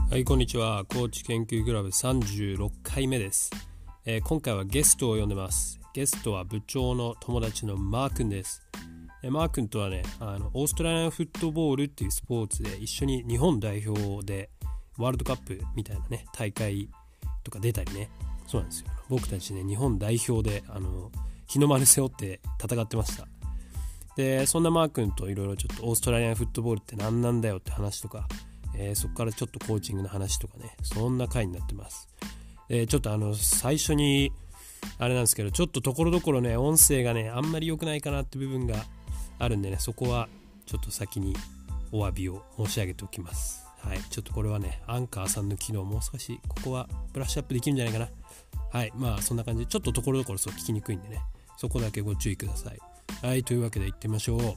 はい、こんにちは。コーチ研究クラブ36回目です。今回はゲストを呼んでます。ゲストは部長の友達のマー君です。マー君とはね、オーストラリアンフットボールっていうスポーツで一緒に日本代表でワールドカップみたいなね、大会とか出たりね。そうなんですよ。僕たちね、日本代表で日の丸背負って戦ってました。で、そんなマー君といろいろちょっとオーストラリアンフットボールって何なんだよって話とか、そこからちょっとコーチングの話とかね、そんな回になってます。ちょっと最初にあれなんですけど、ちょっとところどころね、音声がねあんまり良くないかなって部分があるんでね、そこはちょっと先にお詫びを申し上げておきます。はい、ちょっとこれはね、アンカーさんの機能もう少しここはブラッシュアップできるんじゃないかな。はい、まあそんな感じで、ちょっとところどころそう聞きにくいんでね、そこだけご注意ください。はい、というわけで行ってみましょう。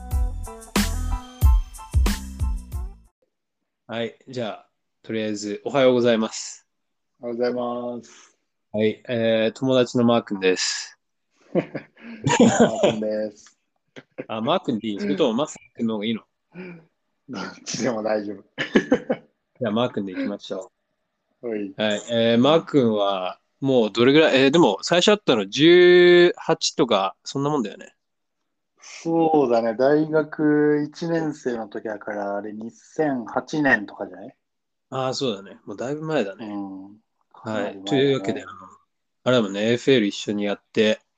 はい、じゃあとりあえずおはようございます。 おはようございます。 はい、友達のマー君です。 マー君です。 あ、マー君でいい？それともマー君の方がいいの？ どっちでも大丈夫。 じゃあマー君でいきましょはい。 う。はい、マー君はもうどれぐらい、でも最初あったの18とかそんなもんだよね。 そうだね。大学1年生の時だから、あれ2008年とかじゃない？ ああ、そうだね。もうだいぶ前だね。 うん。かはい。 なりというわけで、 前だね。 あれだもんね、AFL 一緒にやって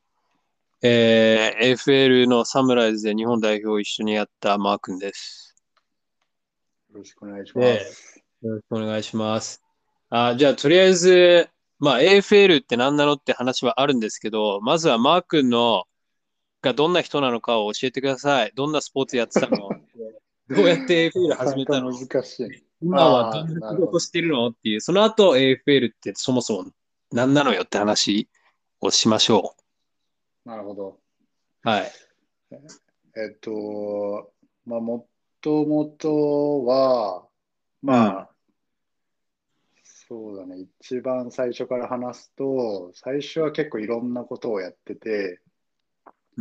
、AFL のサムライズで日本代表を一緒にやったマー君です。 よろしくお願いしまで、 す。 よろしくお願いします。じゃあ、とりあえず、まあ、AFL って何なのって話はあるんですけど、まずはマー君のがどんな人なのかを教えてください。どんなスポーツやってたの？どうやって AFL なかなか始めたの？ 難しい。 今はどああ、 んな仕なるほど。 事してるのっていう、その後 AFL ってそもそも何なのよって話をしましょなるほど。 う。はい。 えっと、もともとは、 うん。 まあ、そうだね。一番最初から話すと、最初は結構いろんなことをやってて、 うん。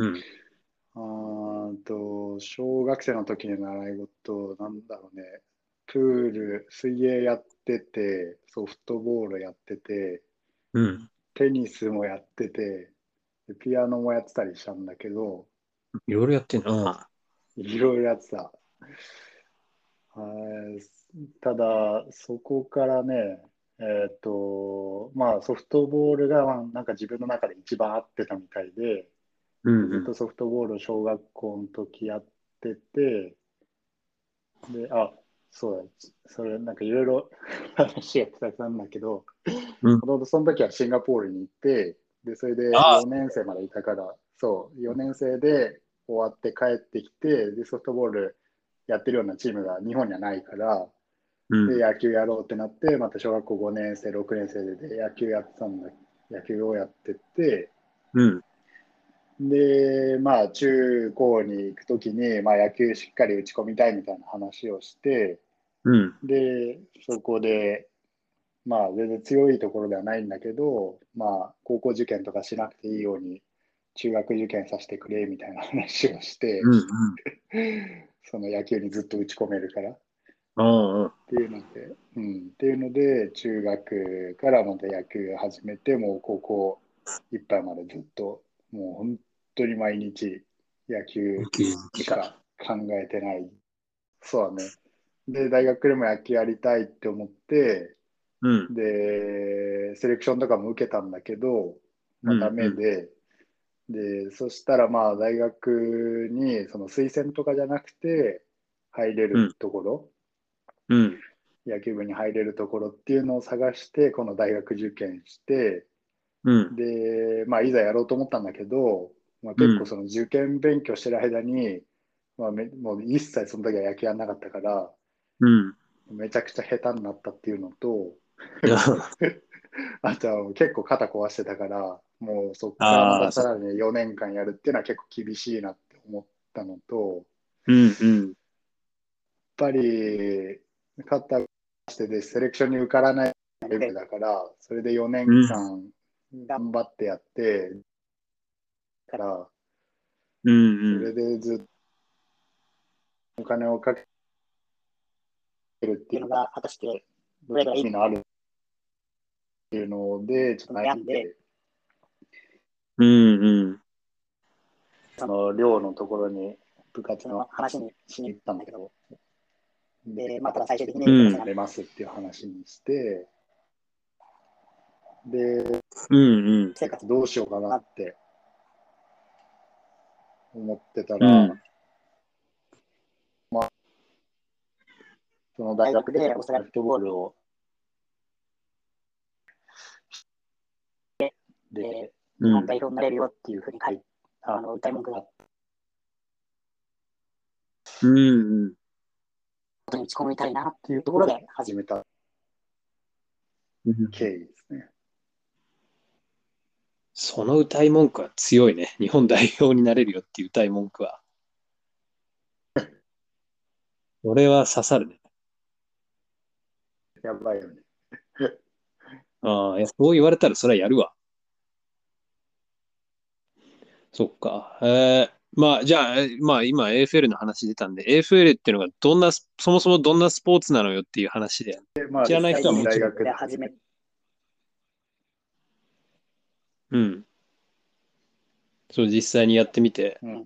小学生の時に習い事、なんだろうね。プール、水泳やってて、ソフトボールやってて、 うん。 テニスもやってて、でピアノもやってたりしたんだけど、 いろいろやってんの？ いろいろやってた。ただ、そこからね、ソフトボールが、なんか自分の中で一番合ってたみたいで、ずっうん。 とソフトボールを小学校の時やってて、で、そうだ、それなんかいろいろ話がたくさんなんだけど、 うん。 もともとその時はシンガポールに行って、で、それでああ、 4年生までいたから、そう、4年生で終わって帰ってきて、で、ソフトボールやってるようなチームが日本にはないから、で、 うん。 野球やろうってなって、また小学校5年生、6年生で野球やってたんだ、野球をやってて、 うん。 で、中高に行くときに、野球しっかり打ち込みたいみたいな話をして、 うん。 で、そこで、全然強いところではないんだけど、高校受験とかしなくていいように、中学受験させてくれみたいな話をして、 うん。 その野球にずっと打ち込めるから。 うん。うん。 っていうので、中学からまた野球を始めて、もう高校いっぱいまでずっと、もう本当に毎日野球野球好きか。 しか考えてない。そうだね。で、大学でも野球やりたいって思って、 うん。 で、セレクションとかも受けたんだけど、ダうん。うん。 メで、で、そしたら大学にその推薦とかじゃなくて入れるうん。 ところ、 うん。 野球部に入れるところっていうのを探して、この大学受験して、 うん。 で、いざやろうと思ったんだけど、 うん。 結構その受験勉強してる間に、もう一切その時は野球やんなかったから、 うん。 めちゃくちゃ下手になったっていうのと、 いや、 あとは結構肩壊してたから、もうそこからまああ、そたさらに4年間やるっていうのは結構厳しいなって思ったのと、 う。うん。うん。 やっぱり肩してでセレクションに受からないレベルだから、それで4 うん。 年間頑張ってやって、から、 うん。 それうん。 でずっとお金をかけるっていうのが果たしてどれが意味のあるっていうので、ちょっと悩んで、 うんうん。 その寮のところに部活の話にしに行ったんだけど、で、まあ、ただ最終的に部活になれますっていう話にして、で、 うんうん。 生活どうしようかなって思ってたうら、 ん。 その大学でオーストラリアフットボールをで、日本代表になれるよっていうふうに歌い文句があって、 うんうん。 本当に打ち込みたいなっていうところで始めた経緯ですね。 その歌い文句は強いね。日本代表になれるよっていう歌い文句は。俺は刺さるね。 やばいよね。 ああ、そう言われたらそれはやるわ。そっか。まあ、じゃあ、まあ今 AFL の話出たんで、AFL っていうのがそもそもどんなスポーツなのよっていう話で、 で、まあ、 知らない人はもちろん。 大学で始めうん。そう、実際にやってみて。 うん。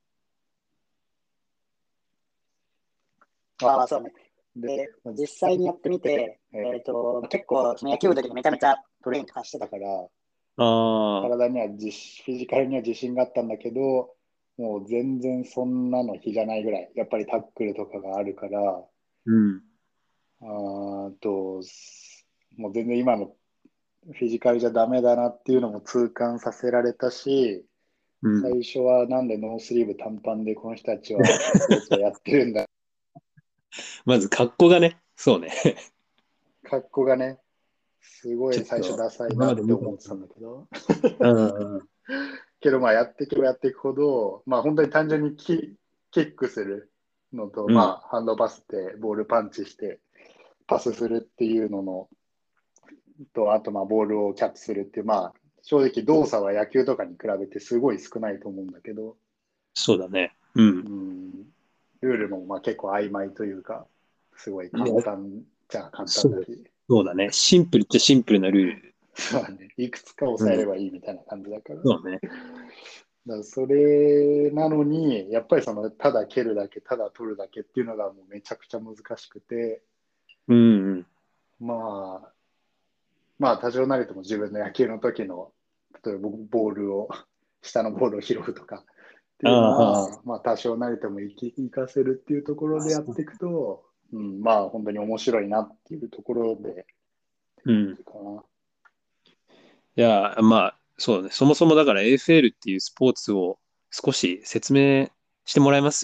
ああ、そうね。で、実際にやってみて、結構、その野球部の時にめちゃめちゃトレーニングとかしてたから、 ああ、 体にはフィジカルには自信があったんだけど、もう全然そんなの比じゃないぐらい、やっぱりタックルとかがあるから、 うん。 あーと、もう全然今のフィジカルじゃダメだなっていうのも痛感させられたし、 うん。 最初はなんでノースリーブ短パンでこの人たちはスポーツをやってるんだ。 まず格好がね、そうね。 格好がね、すごい最初ちょっと、 ダサいな今までって思ってた見たことない。 んだけど、 うんうん。 けどまあやっていけばやっていくほど、まあ本当に単純にキックするのと、 うん。 まあハンドパスってボールパンチしてパスするっていうののと、あとまあボールをキャッチするっていう、まあ正直動作は野球とかに比べてすごい少ないと思うんだけど、 そうだね。ううん。 ん、ルールもまあ結構曖昧というか、すごいいや、 簡単じゃ簡単そう、 だし、 そうだね。シンプルっちゃシンプルなルール。 そうだね、いくつかうん。 抑えればいいみたいな感じだから。 そうね。 だからそれなのに、やっぱりそのただ蹴るだけ、ただ取るだけっていうのがもうめちゃくちゃ難しくて、 うんうん。 まあ、まあ多少なりとも自分の野球の時の、例えばボールを、下のボールを拾うとかっていうのああ、 は、まあ多少なりとも活かせるっていうところでやっていくと、うん、まあ本当に面白いなっていうところで、 うん。 かな。 いや、まあ、そうね。そもそもだから AFL っていうスポーツを少し説明してもらえます？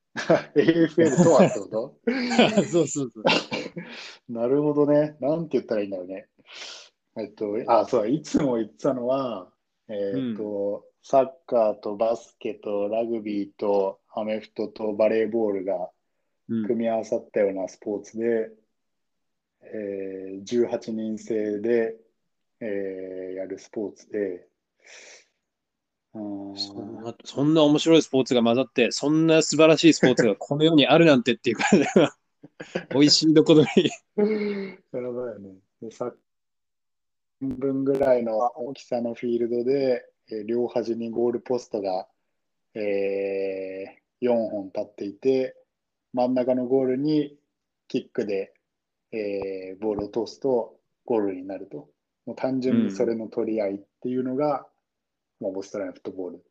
AFL とはってこと？ そうそうそう。 なるほどね。なんて言ったらいいんだろうね。そう、いつも言ってたのは、 うん。 サッカーとバスケとラグビーとアメフトとバレーボールがうん。 組み合わさったようなスポーツで、18人制で、やるスポーツで、うーん、 そんな面白いスポーツが混ざって、そんな素晴らしいスポーツがこの世にあるなんてっていう感じが、美味しいどころに。 やばいよね。で、半分ぐらいの大きさのフィールドで、両端にゴールポストが、4本立っていて、真ん中のゴールにキックで、ボールを通すとゴールになると。もう単純にそうん。 れの取り合いっていうのが、もうオーストラリアフットボールって。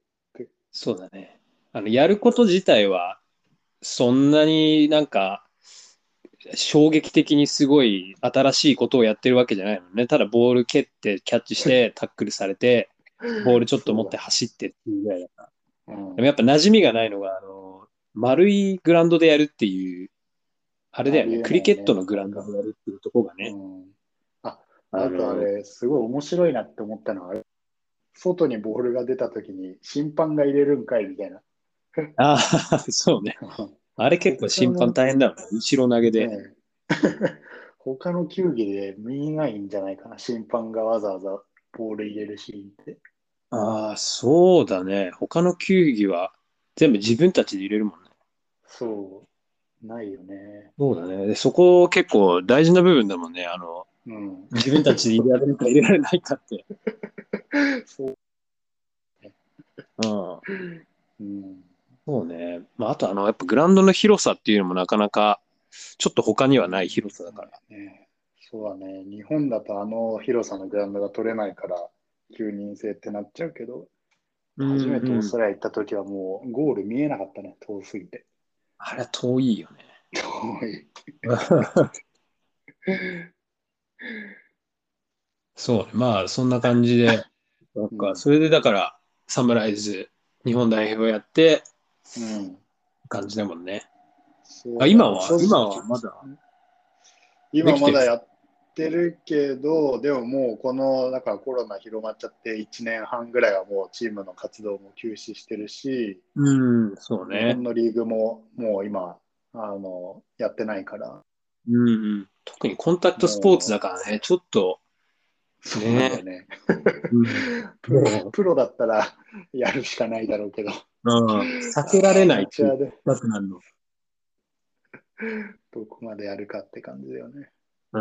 そうだね。やること自体は、そんなになんか、衝撃的にすごい新しいことをやってるわけじゃないのね。ただボール蹴ってキャッチしてタックルされて、ボールちょっと持ってそうだ。 走ってっていうぐらいだから。 うん。 でもやっぱ馴染みがないのが、丸いグラウンドでやるっていう、あれだよね。 ありえクリケットないね、 のグラウンドなかなか。 でやるっていうところがね。 うん。あ、 ああとあの、 れ、すごい面白いなって思ったのは、外にボールが出たときに審判が入れるんかいみたいな。 ああ、そうね。あれ結構審判他の大変だもんね。後ろ投げで。 ね、他の球技で見ないんじゃないかな、審判がわざわざボール入れるシーンって。 ああ、そうだね。他の球技は全部自分たちで入れるもんね。 そないよね。 そうだね。で、そこ結構大事な部分だもんね。 うん。 自分たちで入れられるか入れられないかって。 そううん。 うん。 そうね。まあ、あとやっぱグラウンドの広さっていうのもなかなか、ちょっと他にはないうん。 広さだから。 ね、そうだね。日本だとあの広さのグラウンドが取れないから、9人制ってなっちゃうけど、 う初めてオーんうん。 ストラリア行った時はもうゴール見えなかったね。遠すぎて。 あれは遠いよね。 遠い。 そうね。まあ、そんな感じで、なんか、 うん。 それでだから、サムライズ、日本代表やって、 うん。 感じだもんね。あ、 そうだね。 今は、今はまだで今きてる。 まだやってるけど、でももうこの、だからコロナ広まっちゃって1年半ぐらいはもうチームの活動も休止してるし、 うん、そう日本ね。 のリーグももう今、やってないから、 うんうん。特にコンタクトスポーツもう、 だからね、ちょっと、 そうなんだよね。 ね。 うん。もプロだったらやるしかないだろうけど、 う、うん、避けられアないっていう、 マチュアでなくなるの。 どこまでやるかって感じだよね。 うん、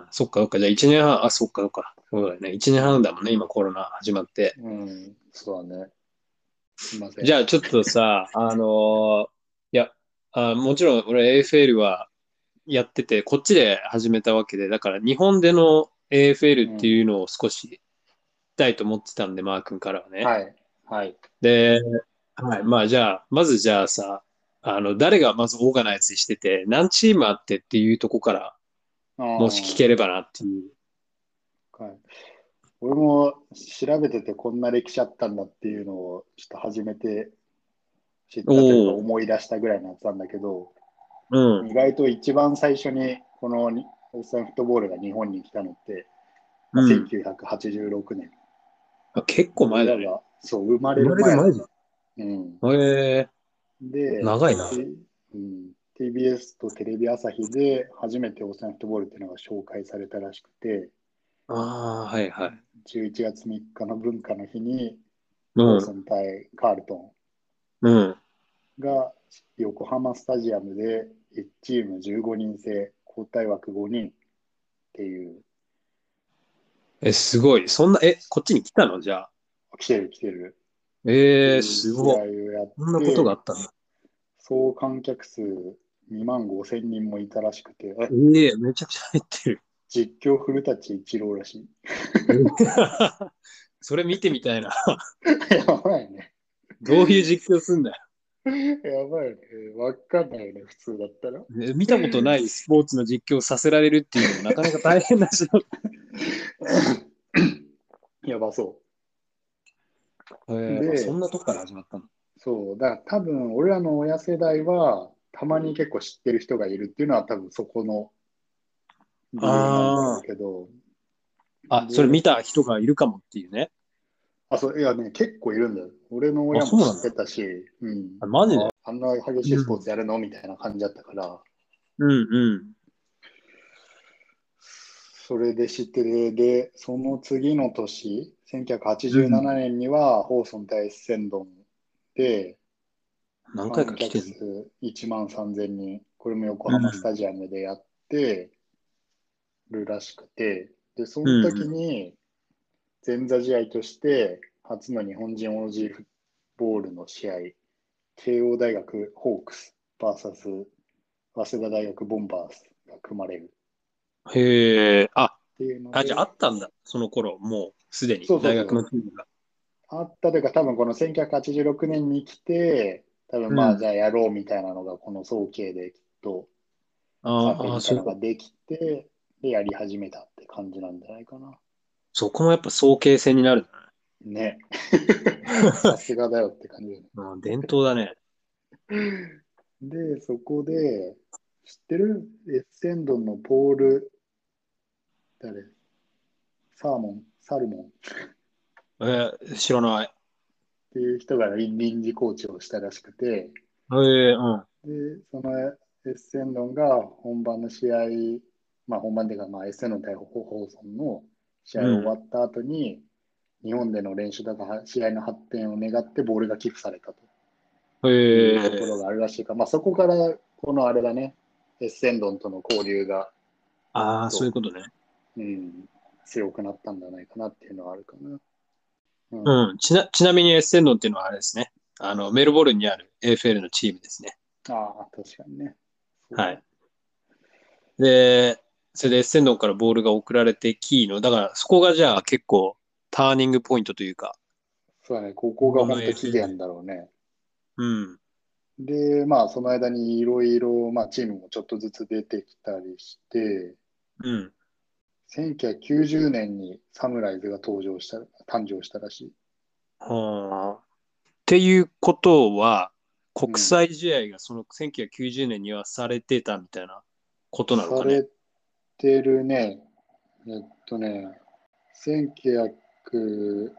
そっかそっか。じゃあ1年半、あ、そっかそっか。そうだよね。1年半だもんね、今コロナ始まって。 うん、そうだね。すいません。 じゃあちょっとさ、いや、もちろん俺 AFL はやってて、こっちで始めたわけで、だから日本での AFL ってうん。 いうのを少し聞きたいと思ってたんで、マー君からはね。 はい。はい。 で、はい。まあじゃあ、まずじゃあさ、誰がまずオーガナイズしてて、何チームあってっていうとこから、 あもし聞あ、 ければなっていう。 はい。俺も調べててこんな歴史あったんだっていうのをちょっと初めて知ったというかおお、 思い出したぐらいのやつなんだけど、 うん、 意外と一番最初にこのオースタンフットボールが日本に来たのって、まあ、 うん。 1986年。 あ、結構前だね。 俺らがそう生まれる生まれる前じ前だった。うん。 ゃん。 で、 長いな。 うん、TBS とテレビ朝日で初めてオースタンフットボールっていうのが紹介されたらしくて、 ああ、はいはい。 11月3日の文化の日にうん、 ホーソン対カールトうん。 ンが横浜スタジアムで1チーム15人制、交代枠5人っていう、 すごい。そんな、こっちに来たのじゃあ？ 来てるっていうすごい。 試合をやっそんなことがあて、 ったんだ。 総観客数2万5千人もいたらしくて、 めちゃくちゃ入ってる。 実況古舘一郎らしい。 それ見てみたいな。 やばいね。 どういう実況すんだよ。 やばいね。わかんないよね、普通だったら。 見たことないスポーツの実況させられるっていうのもなかなか大変だし。 やばそう。 そんで、 なとこから始まったの？ そう、だから多分、俺らの親世代は、たまに結構知ってる人がいるっていうのは多分そこの理由なんだろうあけど、 それ見で、 た人がいるかもっていうね。 そう、いやね、結構いるんだよ。俺のあ、 親も知っそうなんだ。 てたし、うん、 マジで？ あんな激しいスポーうん。 ツやるのみたいな感じだったから、 うんうん。 それで知ってる。で、その次の年、1987 うん。 年には、ホーソン対エッセンドンで、 何回観客か来てる。 数1万3000人、これも横浜スうん。 タジアムでやってるらしくて、で、そのうんうん。 時に前座試合として初の日本人オージーフットボールの試合、慶応大学ホークス VS 早稲田大学ボンバーズが組まれるへえ、 っていうのじゃああで、 ったんだ。その頃、もうすでに大学そうそうそう、 のチームが。 あったというか、多分この1986年に来て、多分まあじうん。 ゃあやろうみたいなのがこの早慶できっとカーテンみたいなのができて、で、やり始めたって感じなんじゃないかな。 そこもやっぱ早慶戦になるんだね。さすがだよって感じだよね。 ね。うん、伝統だね。 で、そこで、知ってるエッセンドンのポール、誰サルモンっ知らない。 ていう人が臨時コーチをしたらしくて、 うん。 で、そのエッセンドンが本番の試合、まあ本番でか、まあエッセンドン対ホーソンの試合うん。 終わった後に、日本での練習とか試合の発展を願ってボールが寄付されたと。 いうところがあるらしいから、まあそこからこのあれだね、エッセンドンとの交流が、 ああ、そういうことね。 強くなったんじゃないかなっていうのはあるかな。 ちなみにエッセンドンっていうのはあれですね。メルボルンにある AFL のチームですね。 ああ、確かにね。 はい。で、それでエッセンドンからボールが送られてキーの、だからそこがじゃあ結構ターニングポイントというか、 そうだね、ここが本当期限だろうね。 うん。 で、まあその間にいろいろ、まあチームもちょっとずつ出てきたりして、 うん。 1990年にサムライズが誕生したらしい。 はあ。っていうことは、国うん。 際試合がその1990年にはされてたみたいなことなのかね。 されてるね。1995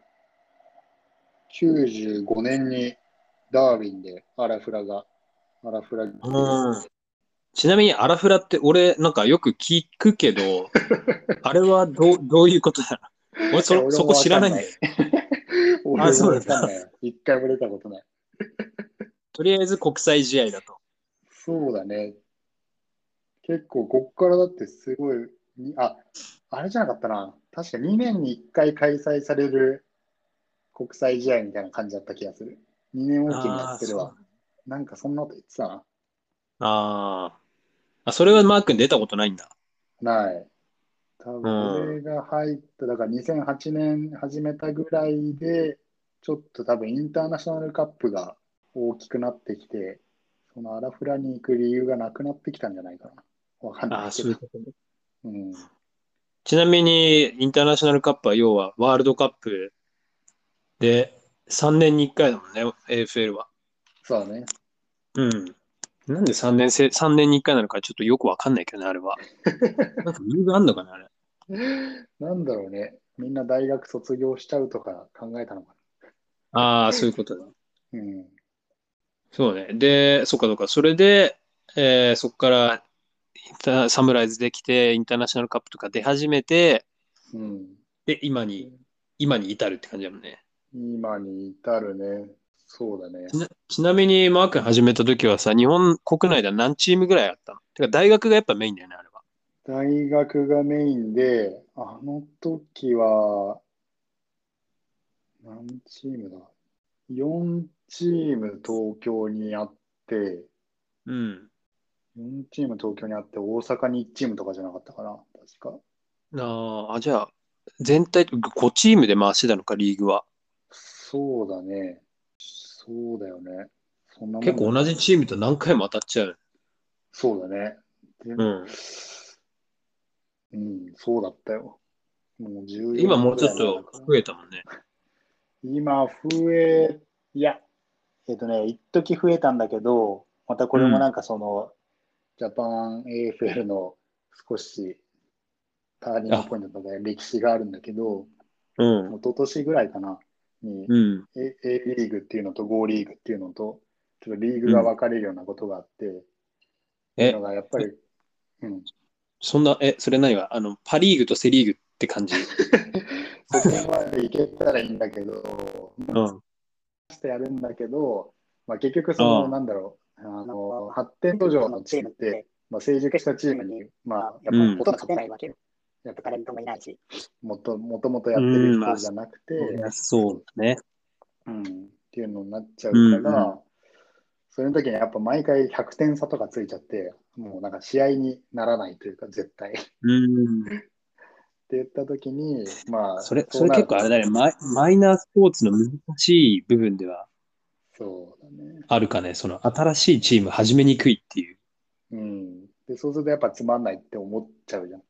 年にダーウィンでアラフラ来て、 うん。ちなみにアラフラって俺なんかよく聞くけど、あれはどういうことだろう。俺俺もそこわかんない。 知らないんだよ。あ、 俺もわそうなんだ。 かんない。一回も出たことない。 とりあえず国際試合だと。 そうだね。結構、こっからだってすごい、あれじゃなかったな。確か2年に1回開催される国際試合みたいな感じだった気がする。2年おきにやっああ、 てるわ。 そう。 なんかそんなこと言ってたな。 あそれはうん。 マー君出たことないんだ。 ない。多う分ん。 俺が入った、だから2008年始めたぐらいで、ちょっと多分インターナショナルカップが大きくなってきて、そのアラフラに行く理由がなくなってきたんじゃないかな。わかんなああ、 いけど。 そういうことね。 うん。 ちなみに、インターナショナルカップは要はワールドカップで3年に1回だもんね、AFL は。 そうだね。 うん。なんで3年に1回なのかちょっとよくわかんないけどね、あれは。なんか理由があんのかな、あれ。 なんだろうね。みんな大学卒業しちゃうとか考えたのかああ、そういうことだ。 な。うん。 そうね。で、そっかそっか。それで、そこからサムライズできて、インターナショナルカップとか出始めて、 うん。 で、今に至るって感じだもんね。 今に至るね。そうだね。 ちなみに、マー君始めた時はさ、日本国内では何チームぐらいあったの？てか、大学がやっぱメインだよね、あれは。 大学がメインで、あの時は、何チームだ？ 4 チーム東京にあって、 うん。 4チーム東京にあって、大阪に1チームとかじゃなかったかな、確か。 じゃあ、全体5チームで回してたのか、リーグは。 そうだね。そうだよね。そんなも結構同んだった。 じチームと何回も当たっちゃう。 そうだね。で、 うん。 うん、そうだったよ。もう14 今もう年ぐらいちょっと前だから。 増えたもんね。 今、いや、一時増えたんだけど、またこうん。 れもなんかその、ジャパン AFL の少しターニングあ、 ポイントとか歴史があるんだけど、 うん。 一昨年ぐらいかな、にうん。 A リーグっていうのと Go リーグっていうのと、ちょっとリーグうん。 が分かれるようなことがあって、っていうのえ、 がやっぱり、うん、 それ何は、パリーグとセリーグって感じ？ そこまでいけたらいいんだけど、 うん。 してやるんだけど、まあ、結局その、 ああ。 なんだろう、発展途上のチームって、まあ、成熟したチームに、まあ、やっうん。 ぱほとんど勝てないわけよ。やっぱタレントもいないし、もともとやってるうん、まあ、 人じゃなくて、 そうだね。 っていうのになっちゃううかん、 ら、そういう時にやっぱ毎回100点差とかついちゃって、もうなんか試合にならないというか、絶対。っうん。うん。 て言った時に、まあ、 それそうなると、 結構あれだね。マイナースポーツの難しい部分ではそうだね。 あるかね。その新しいチーム始めにくいっていう。 で、そうするとやっぱつまんないって思っちゃうじゃん。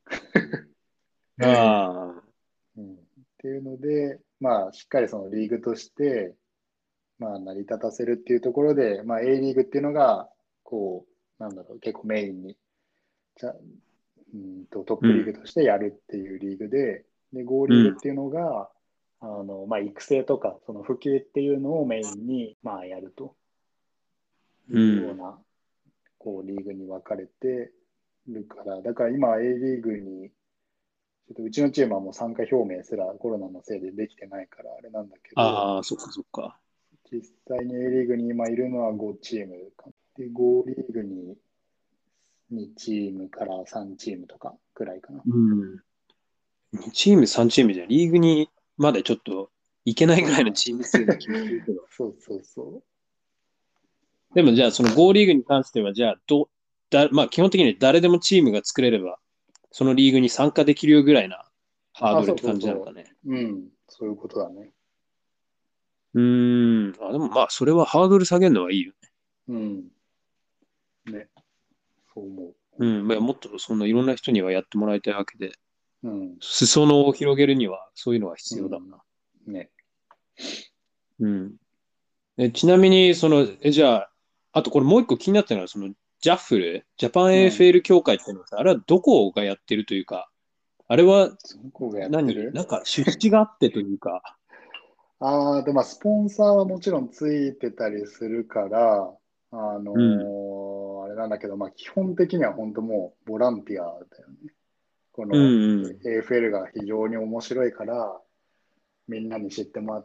ああ。 っていうので、まあ、しっかりそのリーグとして、まあ、成り立たせるっていうところで、まあ、A リーグっていうのが、こう、なんだろう、結構メインに、じゃ、トップリーうん。 グとしてやるっていうリーグで、Go うん。 リーグっていうのが、まあ、育成とか、その普及っていうのをメインに、まあ、やるというん。 うような、こう、リーグに分かれてるから、だから今 A リーグに、ちょっとうちのチームはもう参加表明すらコロナのせいでできてないからあれなんだけど、 ああ、そっかそっか。 実際に A リーグに今いるのは5チームか。で、5リーグに2チームから3チームとかくらいかな。 うん。2チーム、3チームじゃ、リーグにまでちょっといけないぐらいのチーム数な気がするけど。 そうそうそでもじゃあ、その Go リーグに関しては、じゃあ、まあ基本的に誰でもチームが作れれば、そのリーグに参加できるよぐらいなハードルって感じなのかね。 う。うん、そういうことだね。 でもまあ、それはハードル下げるのはいいよね。 うん。ね、そう思まあもっとそんないろんな人にはやってもらいたいわけで、 う。うん。 裾野を広げるにはそういうのは必要だな。 ね。 うん。ちなみに、じゃあ、あとこれもう一個気になったのは、ジャッフル、ジャパン AFL 協会っていうのはさ、あれはどこがやってるというか、あれはそこがやってるなんか出資があってというか、 ああ、で、まあ、スポンサーはもちろんついてたりするから、 うん、 あれなんだけど、まあ、基本的には本当もうボランティアだよね。こうのん、うん、 AFL が非常に面白いから、みんなに知ってもらって、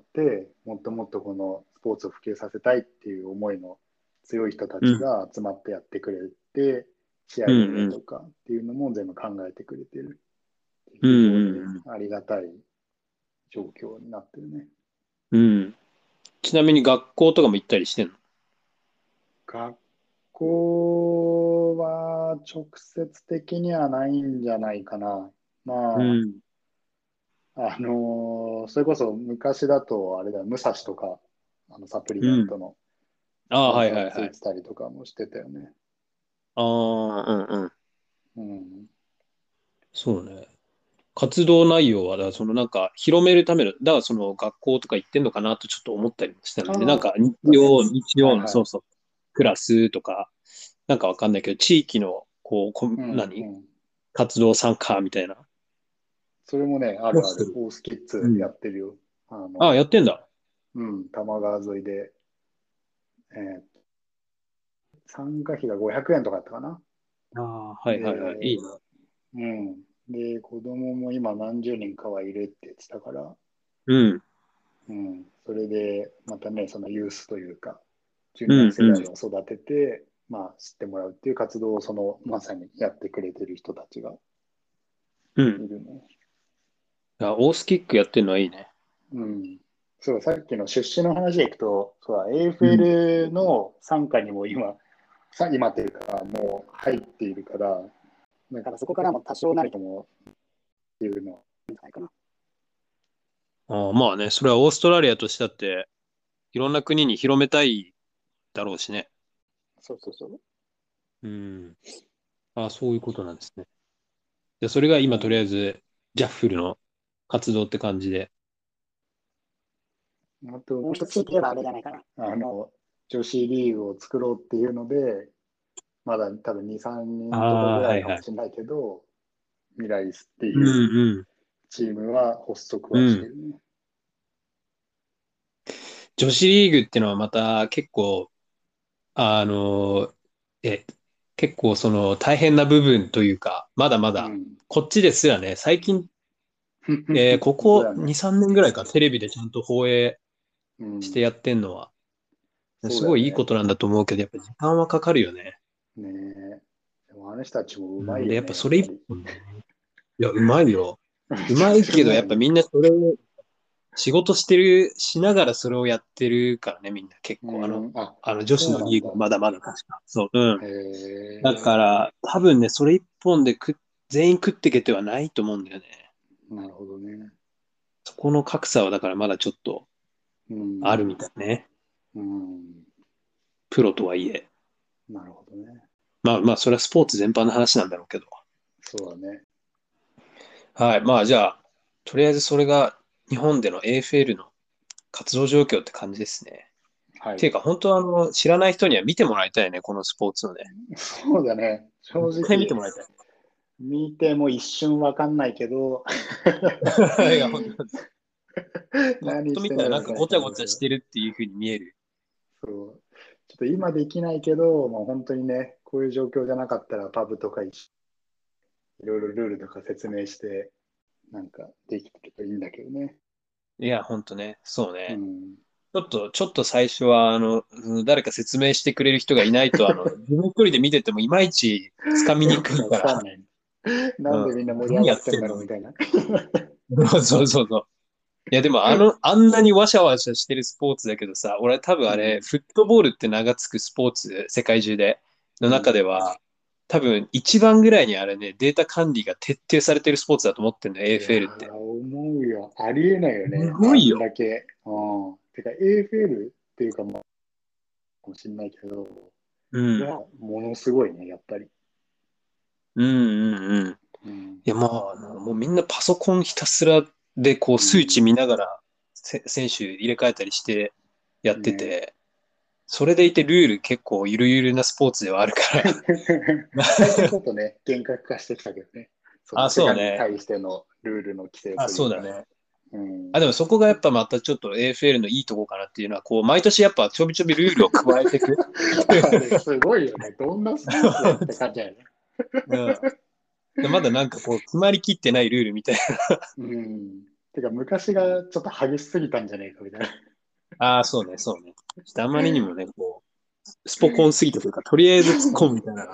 もっともっとこのスポーツを普及させたいっていう思いの強い人たちうん、 が集まってやってくれて、試合うん、 運営うん、 とかっていうのも全部考えてくれてる。 うん、 非常にうん、 ありがたい状況になってるね。 うん。ちなみに学校とかも行ったりしてんの？ 学校は直接的にはないんじゃないかな。まうん。 あ、それこそ昔だと、あれだよ、武蔵とか、サプリうん。 メントのああ、 スポンはいサーがついはいはい。 てたりとかもしてたよね。 ああ、うんうん。 うん。 そうね。活動内容は、だからなんか、広めるための、だから学校とか行ってんのかなとちょっと思ったりもしたので、なんああ、 かだね。 日曜の、 はいはい。 そうそう、クラスとか、なんかわかんないけど、地域の、こう、 うんうん。 活動参加みたいな。 それもね、あるある。 もしてる。 オースキッズやうん。 ってるよ。あああ、 の、 やってんだ。 うん、多摩川沿いで、参加費が500円とかだったかな。 ああ、はいはいはい。いで、 いな。 うん。で、子供も今何十人かはいるって言ってたから、 うん。 うん。それで、またね、そのユースというか、ジュうん、 ニア世代うん。 を育てて、まあ、知ってもらうっていう活動を、まさにやってくれてる人たちがうん。 いるね。 オースキックやってんのはいいね。 うん。そう、さっきの出資の話でいくと、そうだ、 うん。 AFL の傘下にも今というか、もう入っているから、だからそこからも多少なりともっていうのは、いいんじゃないかな。 ああ、まあね、それはオーストラリアとしてだって、いろんな国に広めたいだろうしね。 そうそうそう。 うん。ああ、そういうことなんですね。で、それが今とりあえうん。 ず、ジャッフルの活動って感じで。 あと、もう一つ言えばあれじゃないかな。女子リーグを作ろうっていうので、まだ多分2、3 あ人とかぐあ、 らいはいはい。 かもしれないけど、ミライスってういうんうん。 チームは発足うはしてん。 るね。 女子リーグってのはまた結構、あの、え、結構大変な部分というか、まだまだ、 うん。 こっちですらね、最近、ここ本当だよね。 2、3年ぐらいか、テレビでちゃんと放映うん。 してやってんのは、すごいいいこそうだよね。 となんだと思うけど、やっぱ時間はかかるよね。 ねえ。でもあの人たちもううん、で、やっぱまいよね、やっそれぱり。 一本ね。いや、うまいよ。 めうちゃくちゃうまいけど、 まいよね。 やっぱみんな仕事しながらそれをやってるからね、みんな結構。 あ、 女子のリーグそうなんだ。 はまだまだ確か。そう、うん。 へだかえ。 ら、多分ね、それ一本で全員食ってけてはないと思うんだよね。 なるほどね。 そこの格差はだからまだちょっとうん。 あるみたいね。 うん。 プロとはいえ。 なるほどね。 まあまあ、それはスポーツ全般の話なんだろうけど。 そうだね。 はい。まあじゃあ、とりあえずそれが日本での AFL の活動状況って感じですね。 はい。 ていうか、本当は知らない人には見てもらいたいね、このスポーツをね。 そうだね。正絶対見て直、 もらいたい。 見ても一瞬わかんないけど、 いや、本当に。パッ何してんと見たらなんだろうみたいなかごちゃご感じだけど。 ちゃしてるっていう風に見える。 そう。ちょっと今できないけど、まあ、本当にね、こういう状況じゃなかったらパブとかいろいろルールとか説明して、なんかできてるといいんだけどね。 いや、本当ね。そうね。 うん。 ちょっと最初は、誰か説明してくれる人がいないと、自分一人で見ててもいまいち掴みにくいわから、 かんない。なんでみんな盛り上何がってんだやってんのろうみたいな。 そうそうそう。いや、でもあんなにワシャワシャしてるスポーツだけどさ、俺多分あれ、 うん。 フットボールって名が付くスポーツ、世界中で、の中うん。 では、多分一番ぐらいにあれね、データ管理が徹底されてるスポーツだと思ってんだよ、 いや AFL っー、 て。 思うよ。ありえないよすね。あんごいよ。 だけ。うん。てか、AFL っていうか、まあ、かもしれないけど、 うん。 いや、ものすごいね、やっぱり。 うんうんうん。いうん。 や、まあ、もうみんなパソコンひたすらで、こう、数値うん。 見ながら選手入れ替えたりしてやってね。 て、それでいてルール結構ゆるゆるなスポーツではあるから。 最近ちょっとね、厳格化してきたけどね。そのあ、 怪我にそうね。 対してのルールの規制あ、 というか。 そうだね。 うん。 あ、でもそこがやっぱまたちょっと AFL のいいとこかなっていうのは、こう、毎年やっぱちょびちょびルールを加えていく。 あれ、すごいよね。どんなスポーツだよって感じだよね。 うん。でまだなんかこう、決まりきってないルールみたいうん。てか、昔がちょっと激しすぎたんじゃねえかみたいな。 な。ああ、そうね、そうね。ちょっとあまりにもね、こう、スポコンすぎてというか、とりあえず突っ込むみたいな。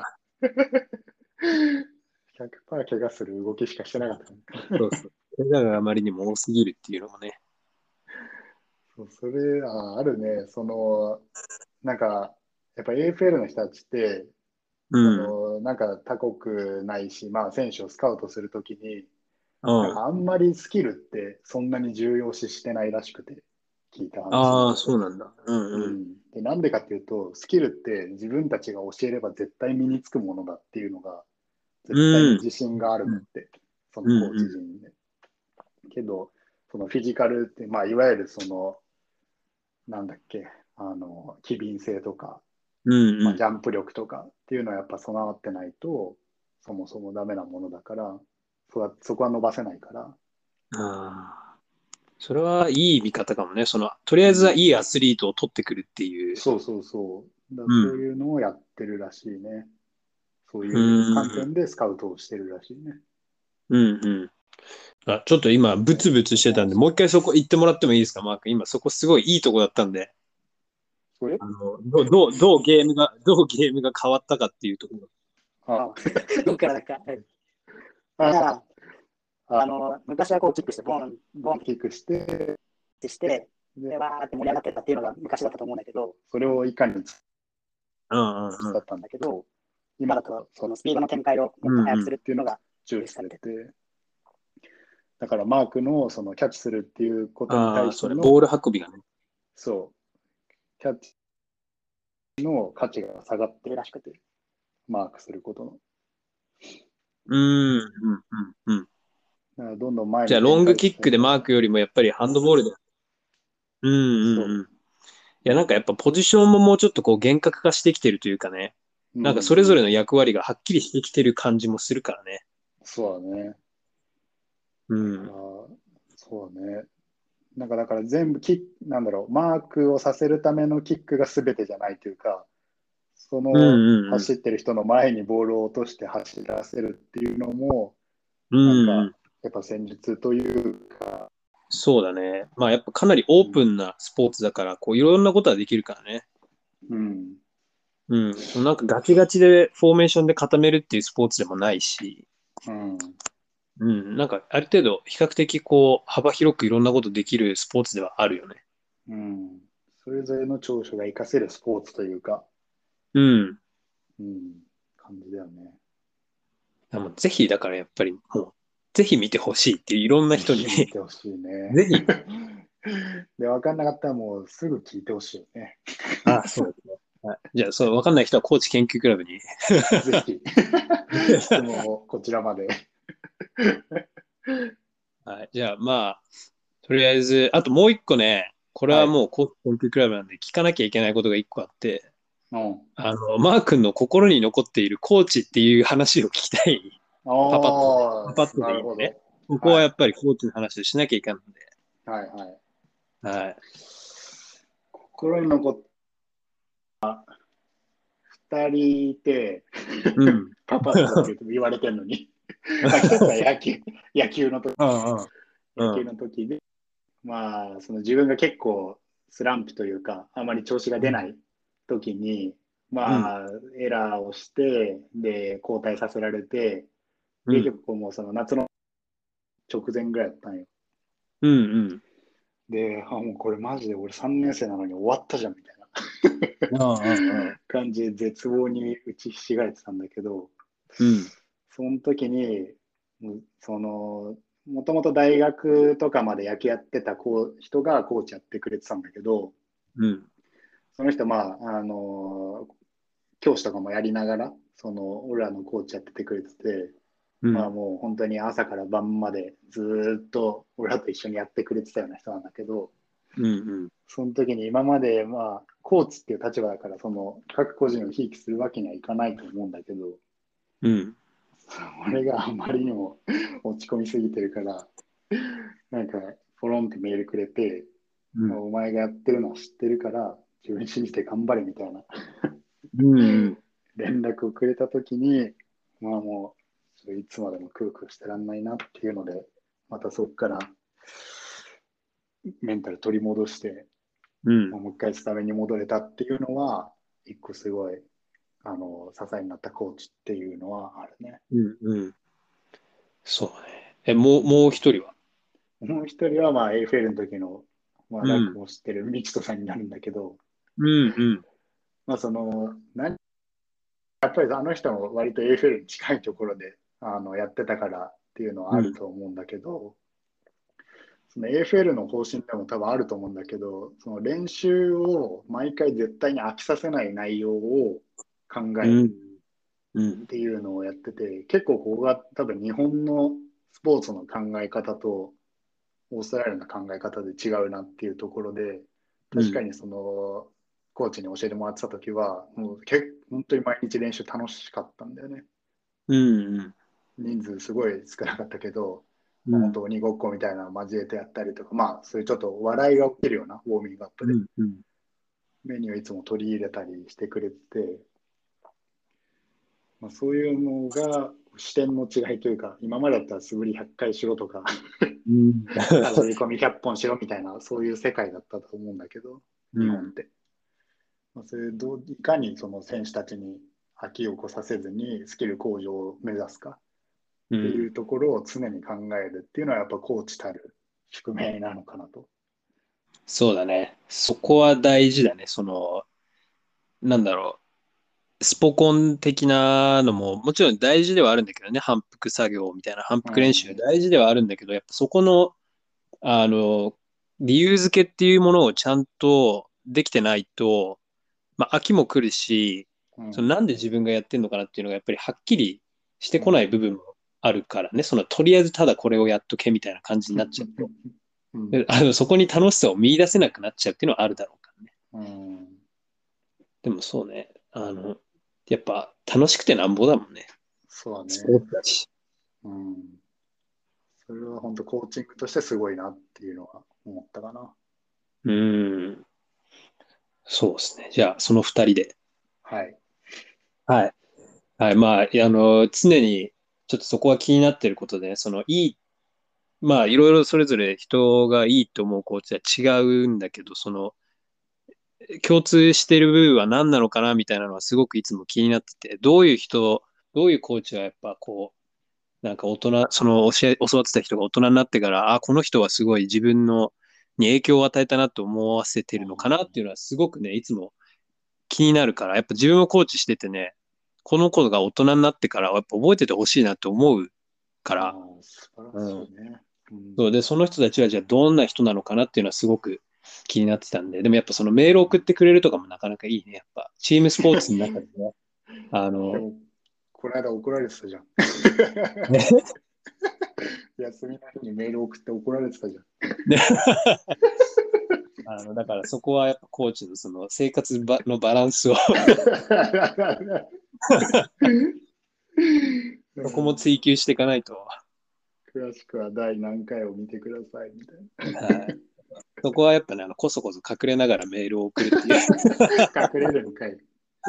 100%怪我する動きしかしてなかったね。 そうそう。それがあまりにも多すぎるっていうのもね。 そうそれ、あるね。なんか、やっぱ AFL の人たちって、 うん。 なんか他国ないし、まあ選手をスカウトするときに、 うん。 なんかあんまりスキルってそんなに重要視してないらしくて、聞いた話だああ、 と。 そうなんだ。うんうん。 うん。で、なんでかっていうと、スキルって自分たちが教えれば絶対身につくものだっていうのが、絶対にうん。 自信があるんうん。 だって、そのコーうん。うん。 チ陣で。けど、そのフィジカルって、まあ、いわゆるなんだっけ、機敏性とか、 うん。 まあ、 うん。 ジャンプ力とかっていうのはやっぱ備わってないと、そもそもダメなものだから、そこは伸ばせないから。 ああ。それはいい見方かもね。とりあえずはいうん。 いアスリートを取ってくるっていう。 そうそうそう。 うん。 そういうのをやってるらしいね。そうういう観ん。 点でスカウトをしてるらしいね。 うん。うん。あ、ちょっと今、ブツブツしてたんで、もう一回そこ行ってもらってもいいですか、マーク。今、そこすごいいいとこだったんで。 これどうゲームが変わったかっていうところ。 あどっからだか。あ昔はこうキックして、ボン、ボンキックして、で、わーって盛り上がってたっていうのが昔だったと思うんだけど、それをいかにうんうんうん。 だったんだけど、今だとそのスピードの展開をもっと速くするっていうのが重視されてて、だからマークのそのキャッチするっていうことにああ、 対してそれ、ボール運びがね。 そう、キャッチの価値が下がってるらしくて、マークすることの。 うん、うん、うん、うん。 だからどんどん前じゃあ、 にロング展開しキックでマーたいから、 クよりもやっぱりハンドボールで。うん、うん、うん。 そいや、なんかやっぱポジションももうちょっとこう厳格化してきてるというかね。 う、うなんかそれぞれん、 の役割がはっきりしてきてる感じもするからね。 そうだね。 うだから、 ん。 そうだね。だから全部なんだろう、マークをさせるためのキックが全てじゃないというか、そうのん、うん、 走ってる人の前にボールを落として走らせるっていうのも、 うん。うん、うなんか、 ん。 やっぱ戦術というか、 そうだね。まあやっぱかなりオうん、 ープンなスポーツだから、こういろんなことができるからね。 うん、 うん。なんかガチガチでフォーメーションで固めるっていうスポーツでもないし、 うん、 うん。なんかある程度比較的こう幅広くいろんなことできるスポーツではあるよね。 うん。それぞれの長所が活かせるスポーツというか、 うん。 うん、感じだよね。 もうぜひ、だからやっぱりもう、ぜひ見てほしいっていういろんな人にぜひ見てほしいね。 ぜひ、 で、分かんなかったらもうすぐ聞いてほしいよね。 あ、そうですね。はい、じゃあ、わかんない人は高知研究クラブに。 ぜひ、質問をこちらまで。 はい。じゃあ、まあ、とりあえず、あともう一個ね、これはい。 はもう高知研究クラブなんで聞かなきゃいけないことが一個あって、 うん。 マー君の心に残っているコーチっていう話を聞きたい。パパッとで、パああ、 パッとなでいいんでね。 るほど。 ここははい。 やっぱりコーチの話をしなきゃいけないんで。 はい、はい。 はい。 心に残っ2人いて、 うん。 パパッとって言われてるのに。まあ、一つは野球の時、 うんうん。 野球の時で、まあ、その自分が結構スランプというか、あまり調子が出ない時に、まあ、エラーをして、で、交代させられて、結局もうその夏の直前ぐらいだったんよ。 うんうんで、もうこれマジで俺3年生なのに終わったじゃんみたいな感じで絶望に打ちひしがれてたんだけど、その時に、もともと大学とかまで野球やってた人がコーチやってくれてたんだけど、その人、教師とかもやりながら、俺らのコーチやっててくれてて、まあもう本当に朝から晩までずっと俺らと一緒にやってくれてたような人なんだけど、その時に今までまあコーチっていう立場だから各個人をひいきするわけにはいかないと思うんだけど、俺があまりにも落ち込みすぎてるから、なんかポロンってメールくれて、お前がやってるのは知ってるから自分信じて頑張れみたいな連絡をくれた時に、まあもういつまでも空空してらんないなっていうので、またそこからメンタル取り戻して、もう一回スタメンに戻れたっていうのは、一個すごい支えになったコーチっていうのはあるね。 そうね。もう一人はもう一人は、まあ、エーフェルの時の、まあ、ラックを知ってるミキトさんになるんだけど、まあ、やっぱりあの人も割とエーフェルに近いところでやってたからっていうのはあると思うんだけど、その AFL の方針でも多分あると思うんだけど、その練習を毎回絶対に飽きさせない内容を考えるっていうのをやってて、結構ここが多分日本のスポーツの考え方とオーストラリアの考え方で違うなっていうところで、確かにコーチに教えてもらってた時は、もう本当に毎日練習楽しかったんだよね。人数すごい少なかったけど、本当鬼ごっこみたいなの交えてやったりとか、まあそういうちょっと笑いが起きるようなウォーミングアップで、メニューをいつも取り入れたりしてくれてて、まあ、そういうのが視点の違いというか、今までだったら素振り100回しろとか振り込み100本しろみたいな、そういう世界だったと思うんだけど、日本って。まあ、それいかにその選手たちに飽きを起こさせずにスキル向上を目指すかっていうところを常に考えるっていうのはやっぱコーチたる宿命なのかなと。 そうだね。そこは大事だね。なんだろう。スポコン的なのももちろん大事ではあるんだけどね。反復作業みたいな反復練習大事ではあるんだけど、やっぱそこの、理由付けっていうものをちゃんとできてないと、まあ、飽きも来るし、なんで自分がやってるのかなっていうのがやっぱりはっきりしてこない部分もあるからね。とりあえずただこれをやっとけみたいな感じになっちゃうと。そこに楽しさを見出せなくなっちゃうっていうのはあるだろうからね。でもそうね。やっぱ楽しくてなんぼだもんね。 そうだね。 スポーツだし。 それは本当コーチングとしてすごいなっていうのは思ったかな。 そうですね。じゃあ、その二人で。 はい。 はい。はい。まあ、常に、ちょっとそこは気になってることで、まあ、いろいろそれぞれ人がいいと思うコーチは違うんだけど、共通している部分は何なのかなみたいなのはすごくいつも気になってて、どういうコーチはやっぱなんか教わってた人が大人になってから、この人はすごい自分に影響を与えたなと思わせてるのかなっていうのはすごくね、いつも気になるから、やっぱ自分をコーチしててね、この子が大人になってからはやっぱ覚えててほしいなと思うから、 素晴らしいね。 そうで、その人たちはじゃあどんな人なのかなっていうのはすごく気になってたんで、でもやっぱそのメール送ってくれるとかもなかなかいいね。やっぱチームスポーツの中でね。 この間怒られてたじゃん。休みの日にメール送って怒られてたじゃん。 だからそこはやっぱコーチのその生活のバランスをそこも追求していかないと。 詳しくは第何回を見てくださいみたいな。 はい、そこはやっぱね、こそこそ隠れながらメールを送るっていう。 隠れるのかい。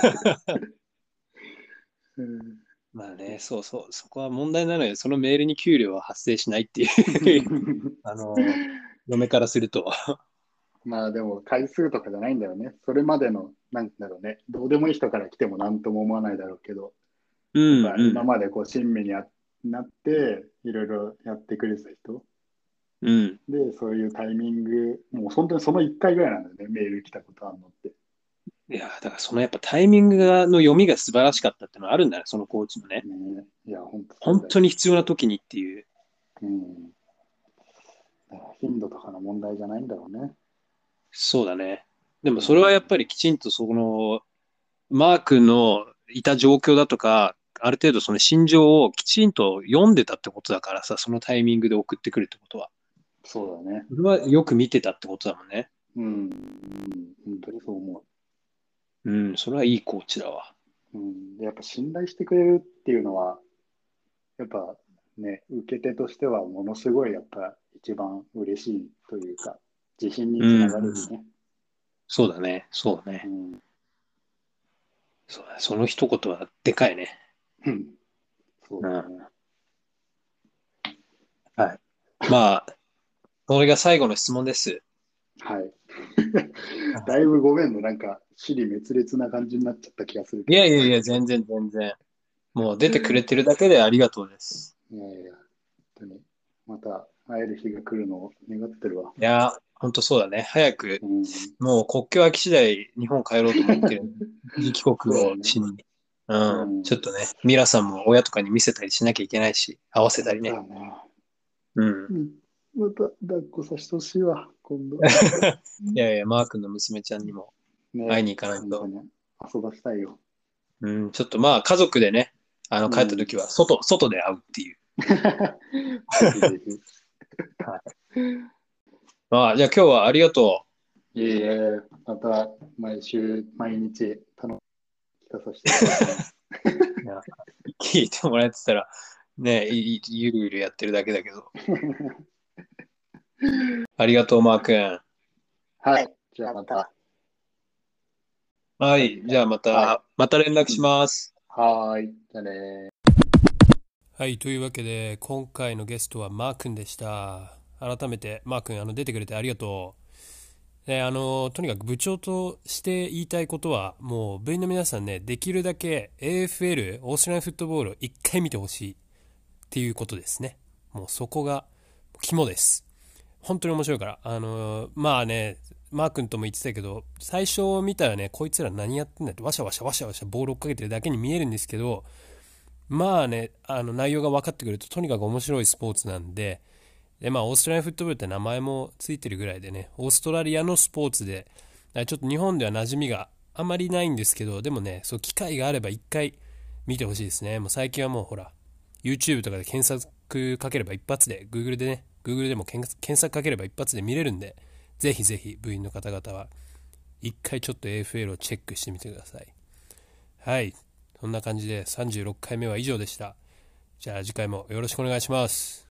まあね、そこは問題なのよ。そのメールに給料は発生しないっていう嫁からすると。 まあでも回数とかじゃないんだよね。それまでの、なんだろうね。どうでもいい人から来ても何とも思わないだろうけど、 うやっぱ今んまでこう親身になって、いろいろやってくれてた人。 うん。うん。 で、そういうタイミング、もう本当にその1回ぐらいなんだよね。メール来たことあるのって。 いや、だからそのやっぱタイミングの読みが素晴らしかったってのはあるんだね、そのコーチのね。 ね、いや、本当そう本だよ。 当に必要な時にっていう。 うん。だから頻度とかの問題じゃないんだろうね。 そうだね。でもそれはやっうん。 ぱりきちんとその、マー君のいた状況だとか、ある程度その心情をきちんと読んでたってことだからさ、そのタイミングで送ってくるってことは。 そうだね。 それはよく見てたってことだもんね。 うん。うん、本当にそう思うん、それはいいコーチだわ。 う。うん。でやっぱ信頼してくれるっていうのは、やっぱね、受け手としてはものすごいやっぱ一番嬉しいというか、自信にうん、 つなうん。 がるしね。 そうだね。そうだね。 うん。 そうだね。その一言はでかいね。 うん、そううん。 だね。 はい。まあ、それが最後の質問です。 はい。だいぶごめんね、なんか、支離滅裂な感じになっちゃった気がするいけど。 やいやいや、全然全然。もう出てくれてるだけでありがとうです。 いやいや、本当に、また会える日が来るのを願ってるわ。 いや、ほんとそうだね。早く、 うん。 もう国境空き次第日本帰ろうと思ってる。一時帰国そうだね。 をしに。うん。 うん。 ちょっとね、ミラさんも親とかに見せたりしなきゃいけないし、合わせたりね。 本当だね。 うん。 うん。また抱っこさせてほしいわ、今度。 いやいや、マー君の娘ちゃんにも会いね、 に行かないと。 本当に遊ばしたいよ。 うん、ちょっとまあ家族でね、帰ったうん。 時は外で会うっていう。 ぜひぜひ。 はい。まあ、じゃあ今日はありがといえいえ、また毎週、毎日、聞かさせていただきます。 う。いや、聞いてもらえてたら、ね、ゆるゆるやってるだけだけど。ありがとう、マー君。 はい。じゃあまた。 はい。じゃあはい。 また連絡しうん、 ます。 はーい。じゃあね。 はい、というわけで今回のゲストはマー君でした。改めてマー君出てくれてありがとう。でとにかく部長として言いたいことはもう部員の皆さんね、できるだけ AFL オーストラリアンフットボールを一回見てほしいっていうことですね。もうそこが肝です。本当に面白いから。まあね、マー君とも言ってたけど、最初見たらね、こいつら何やってんだって、わしゃわしゃわしゃわしゃボール追っかけてるだけに見えるんですけど、まあね、内容が分かってくるととにかく面白いスポーツなんで、まあオーストラリアフットボールって名前もついてるぐらいでね、オーストラリアのスポーツで、ちょっと日本では馴染みがあまりないんですけど、でもね、そう機会があれば一回見てほしいですね。もう最近はもうほら、YouTube とかで検索かければ一発で、Google でね、Google でも検索かければ一発で見れるんで、ぜひぜひ部員の方々は一回ちょっと AFL をチェックしてみてください。はい。そんな感じで36回目は以上でした。じゃあ次回もよろしくお願いします。